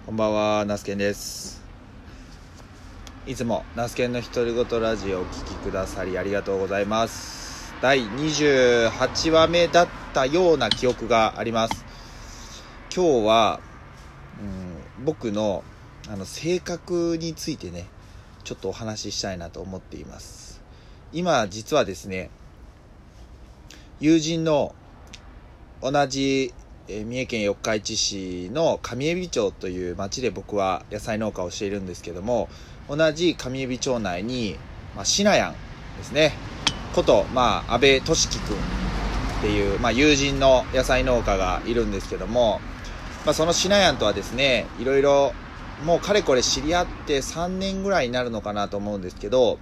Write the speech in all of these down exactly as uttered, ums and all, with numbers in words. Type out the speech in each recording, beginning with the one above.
こんばんは、ナスケンです。いつもナスケンの独り言ラジオをお聞きくださりありがとうございます。だいにじゅうはちわめだったような記憶があります。今日は、うん、僕のあの性格についてね、ちょっとお話ししたいなと思っています。今実はですね、友人の同じえー、三重県四日市市の上海老町という町で僕は野菜農家をしているんですけども、同じ上海老町内に、まあ、シナヤンですねこと、まあ、安倍俊樹君っていう、まあ、友人の野菜農家がいるんですけども、まあ、そのシナヤンとはですね、いろいろもうかれこれ知り合ってさんねんぐらいになるのかなと思うんですけど、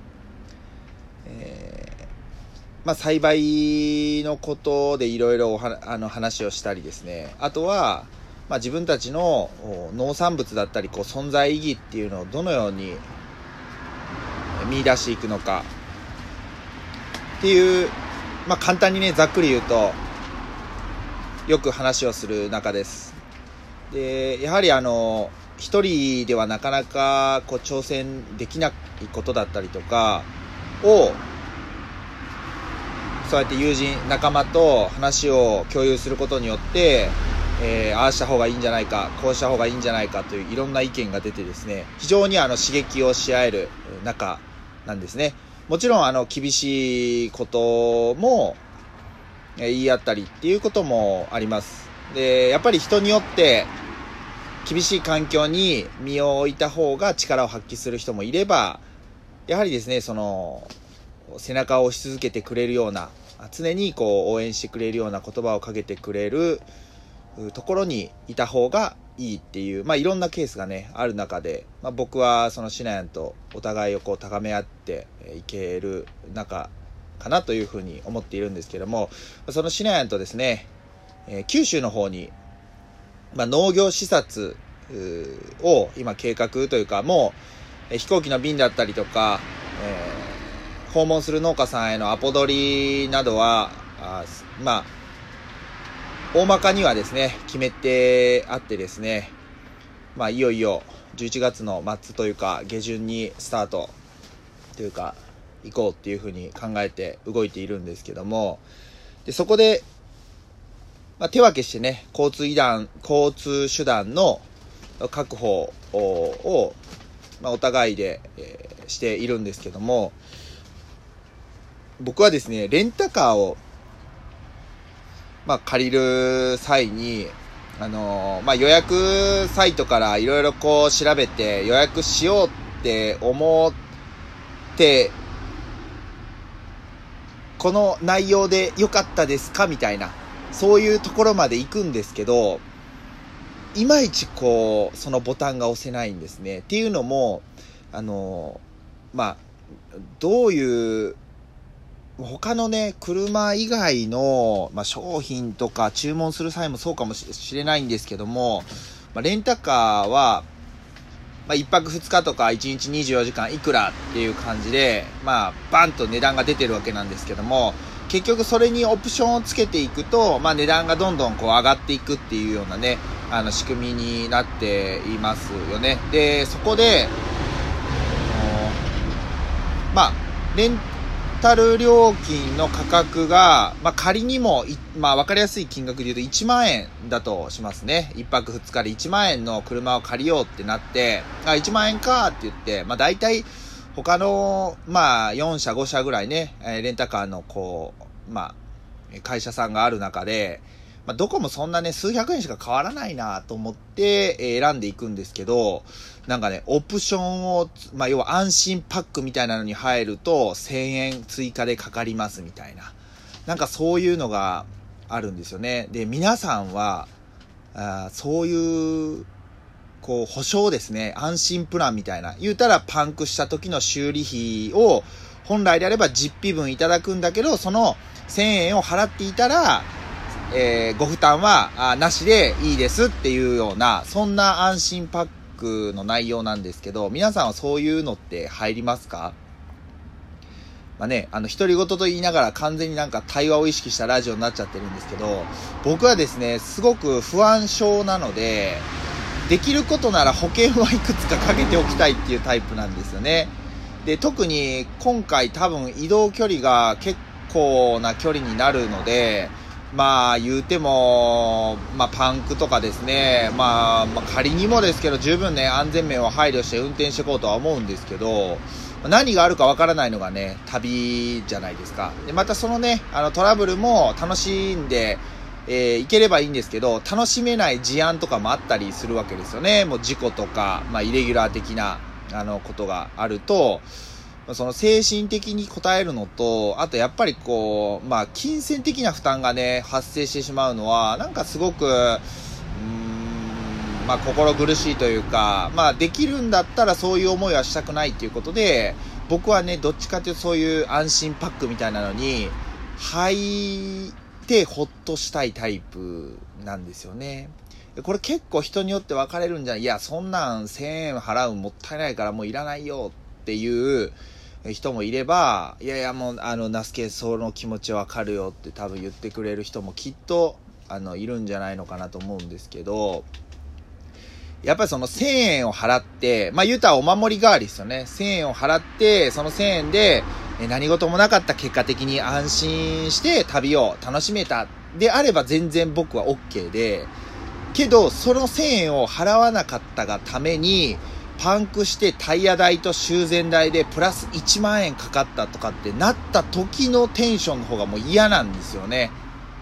えーまあ、栽培のことでいろいろあの話をしたりですね、あとは、まあ、自分たちの農産物だったりこう存在意義っていうのをどのように見出していくのかっていう、まあ、簡単にねざっくり言うとよく話をする中です。でやはりあの一人ではなかなかこう挑戦できないことだったりとかをそうやって友人仲間と話を共有することによって、えー、ああした方がいいんじゃないか、こうした方がいいんじゃないかといういろんな意見が出てですね、非常にあの刺激をし合える仲なんですね。もちろんあの厳しいことも言い合ったりっていうこともあります。でやっぱり人によって厳しい環境に身を置いた方が力を発揮する人もいれば、やはりですね、その背中を押し続けてくれるような、常にこう応援してくれるような言葉をかけてくれるところにいた方がいいっていう、まあいろんなケースがねある中で、まあ、僕はそのシナヤンとお互いをこう高め合っていける仲かなというふうに思っているんですけども、そのシナヤンとですね、えー、九州の方に、まあ、農業視察を今計画というか、もう飛行機の便だったりとか、えー訪問する農家さんへのアポ取りなどは、あまあ、大まかにはですね、決めてあってですね、まあ、いよいよじゅういちがつの末というか、下旬にスタートというか、行こうっていうふうに考えて動いているんですけども、でそこで、まあ、手分けしてね、交通手段、交通手段の確保を、まあ、お互いで、えー、しているんですけども、僕はですね、レンタカーを、まあ、借りる際に、あのー、まあ、予約サイトからいろいろこう調べて予約しようって思って、この内容で良かったですかみたいな、そういうところまで行くんですけど、いまいちこう、そのボタンが押せないんですね。っていうのも、あのー、まあ、どういう、他のね、車以外の、まあ、商品とか注文する際もそうかもしれないんですけども、まあ、レンタカーは、まあ、いっぱくふつかとかいちにちにじゅうよじかんいくらっていう感じで、まあ、バンと値段が出てるわけなんですけども、結局それにオプションをつけていくと、まあ、値段がどんどんこう上がっていくっていうようなね、あの仕組みになっていますよね。で、そこで、まあ、レンレンタル料金の価格が、まあ、仮にも、まあ、分かりやすい金額で言うといちまんえんだとしますね。いっぱくふつかでいちまんえんの車を借りようってなって、あ、いちまんえんかって言って、まあ、大体他の、まあ、よんしゃごしゃぐらいね、レンタカーのこう、まあ、会社さんがある中で、まあ、どこもそんなね、数百円しか変わらないなと思って選んでいくんですけど、なんかね、オプションを、まあ、要は安心パックみたいなのに入るとせんえん追加でかかりますみたいな。なんかそういうのがあるんですよね。で、皆さんは、あそういう、こう、保証ですね、安心プランみたいな。言うたらパンクした時の修理費を、本来であれば実費分いただくんだけど、そのせんえんを払っていたら、えー、ご負担はあなしでいいですっていうような、そんな安心パックの内容なんですけど、皆さんはそういうのって入りますか？まあね、あの独り言と言いながら完全になんか対話を意識したラジオになっちゃってるんですけど、僕はですね、すごく不安症なので、 できることなら保険はいくつかかけておきたいっていうタイプなんですよね。で、特に今回多分移動距離が結構な距離になるので、まあ言うても、まあパンクとかですね、まあ、まあ仮にもですけど十分ね、安全面を配慮して運転していこうとは思うんですけど、何があるかわからないのがね、旅じゃないですか。で、またそのね、あのトラブルも楽しんで、えー、いければいいんですけど、楽しめない事案とかもあったりするわけですよね。もう事故とか、まあイレギュラー的な、あのことがあると、その精神的に応えるのと、あとやっぱりこう、まあ金銭的な負担がね、発生してしまうのは、なんかすごく、うーん、まあ心苦しいというか、まあできるんだったらそういう思いはしたくないっていうことで、僕はね、どっちかというとそういう安心パックみたいなのに、入ってほっとしたいタイプなんですよね。これ結構人によって分かれるんじゃない、いや、そんなんせんえん払うもったいないからもういらないよっていう人もいれば、いやいやもう、あの、ナスケその気持ち分かるよって多分言ってくれる人もきっと、あの、いるんじゃないのかなと思うんですけど、やっぱりそのせんえんを払って、まあ言うたらお守り代わりですよね。せんえんを払って、そのせんえんで何事もなかった結果的に安心して旅を楽しめたであれば全然僕は OK で、けどそのせんえんを払わなかったがためにパンクしてタイヤ代と修繕代でプラスいちまんえんかかったとかってなった時のテンションの方がもう嫌なんですよね。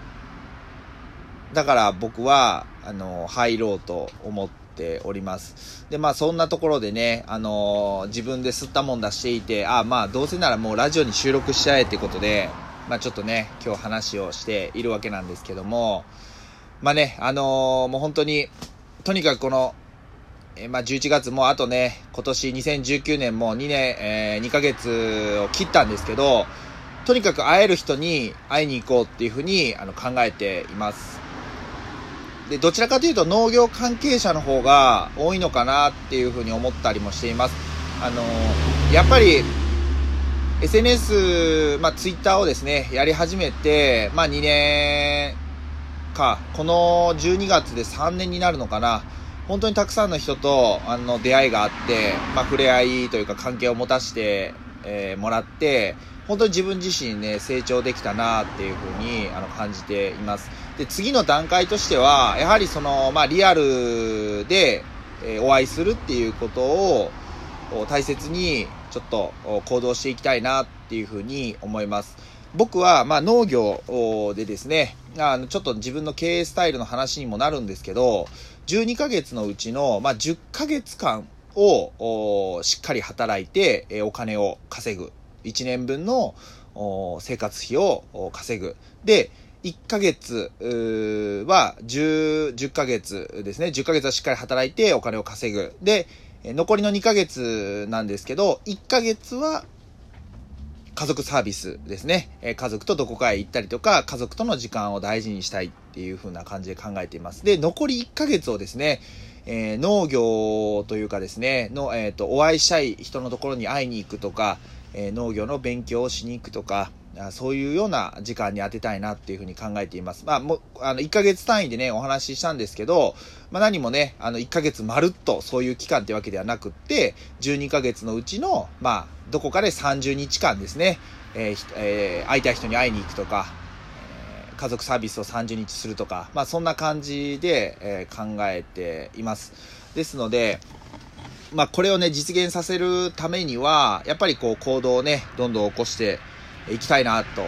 だから僕はあの入ろうと思っております。で、まあそんなところでね、あの自分で吸ったもん出していて、あまあどうせならもうラジオに収録しちゃえってことで、まあちょっとね今日話をしているわけなんですけども、まあね、あのー、もう本当に、とにかくこの、えー、まあじゅういちがつもあとね、今年にせんじゅうきゅうねんもにねん、えー、にかげつを切ったんですけど、とにかく会える人に会いに行こうっていうふうにあの考えています。で、どちらかというと農業関係者の方が多いのかなっていうふうに思ったりもしています。あのー、やっぱり、エスエヌエス、まあツイッターをですね、やり始めて、まあにねん、かこのじゅうにがつでさんねんになるのかな。本当にたくさんの人とあの出会いがあって、まあ、触れ合いというか関係を持たせて、えー、もらって、本当に自分自身ね成長できたなっていうふうにあの感じています。で、次の段階としてはやはりその、まあ、リアルで、えー、お会いするっていうことを大切にちょっと行動していきたいなっていうふうに思います。僕はまあ農業でですね、あのちょっと自分の経営スタイルの話にもなるんですけど、じゅうにかげつのうちのまあじゅっかげつかんをしっかり働いてお金を稼ぐ、いちねんぶんの生活費を稼ぐ。で、いっかげつはじゅう、じゅっかげつですね。じゅっかげつはしっかり働いてお金を稼ぐ。で、残りのにかげつなんですけど、いっかげつは家族サービスですね。家族とどこかへ行ったりとか、家族との時間を大事にしたいっていう風な感じで考えています。で、残りいっかげつをですね、えー、農業というかですね、の、えっと、お会いしたい人のところに会いに行くとか、えー、農業の勉強をしに行くとか、そういうような時間に当てたいなっていうふうに考えています。まあ、もう、あの、いっかげつ単位でね、お話ししたんですけど、まあ何もね、あの、いっかげつまるっとそういう期間ってわけではなくって、じゅうにかげつのうちの、まあ、どこかでさんじゅうにちかんですね、えーえー、会いたい人に会いに行くとか、えー、家族サービスをさんじゅうにちするとか、まあそんな感じで、えー、考えています。ですので、まあこれをね、実現させるためには、やっぱりこう行動をね、どんどん起こして、行きたいなと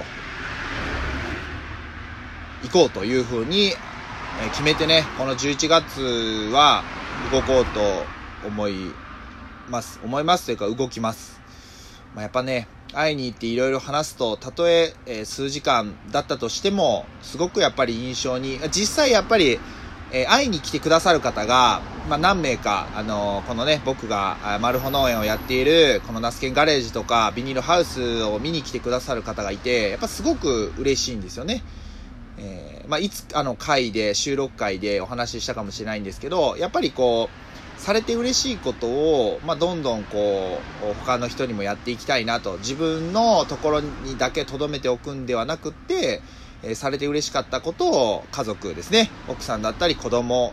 行こうというふうに決めてね、このじゅういちがつは動こうと思います思いますというか動きます。まあ、やっぱね、会いに行っていろいろ話すと、たとええー、数時間だったとしてもすごくやっぱり印象に、実際やっぱりえー、会いに来てくださる方が、まあ、何名か、あのー、このね、僕がマルホ農園をやっているこのナスケンガレージとかビニールハウスを見に来てくださる方がいて、やっぱすごく嬉しいんですよね。えー、まあ、いつあの回で収録回でお話ししたかもしれないんですけど、やっぱりこうされて嬉しいことを、まあ、どんどんこう他の人にもやっていきたいなと、自分のところにだけ留めておくんではなくって、えー、されて嬉しかったことを家族ですね、奥さんだったり子供や、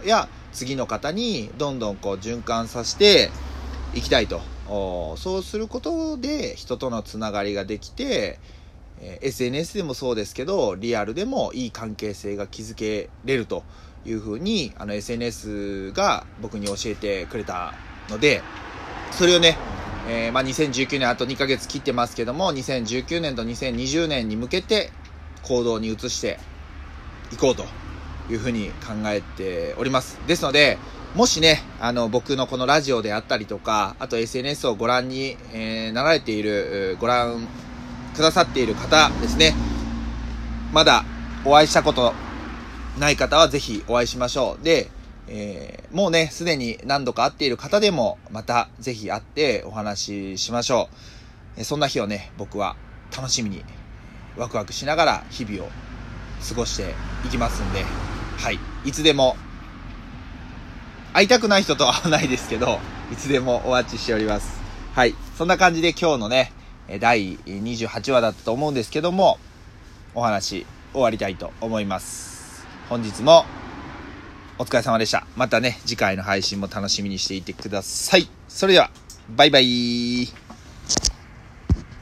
次の方にどんどんこう循環させていきたいと。そうすることで人とのつながりができて、エスエヌエス でもそうですけどリアルでもいい関係性が築けれるというふうにあの エスエヌエス が僕に教えてくれたので、それをね、えー、まあにせんじゅうきゅうねんあとにかげつ切ってますけども、にせんじゅうきゅうねんとにせんにじゅうねんに向けて行動に移していこうというふうに考えております。ですので、もしね、あの僕のこのラジオであったりとか、あと エスエヌエス をご覧に、えー、なられている、ご覧くださっている方ですね、まだお会いしたことない方はぜひお会いしましょう。で、えー、もうねすでに何度か会っている方でもまたぜひ会ってお話ししましょう。そんな日をね僕は楽しみにワクワクしながら日々を過ごしていきますんで、はい、いつでも会いたくない人とは会わないですけど、いつでもお待ちしております。はい、そんな感じで今日のねだいにじゅうはちわだったと思うんですけども、お話終わりたいと思います。本日もお疲れ様でした。またね次回の配信も楽しみにしていてください。それではバイバイ。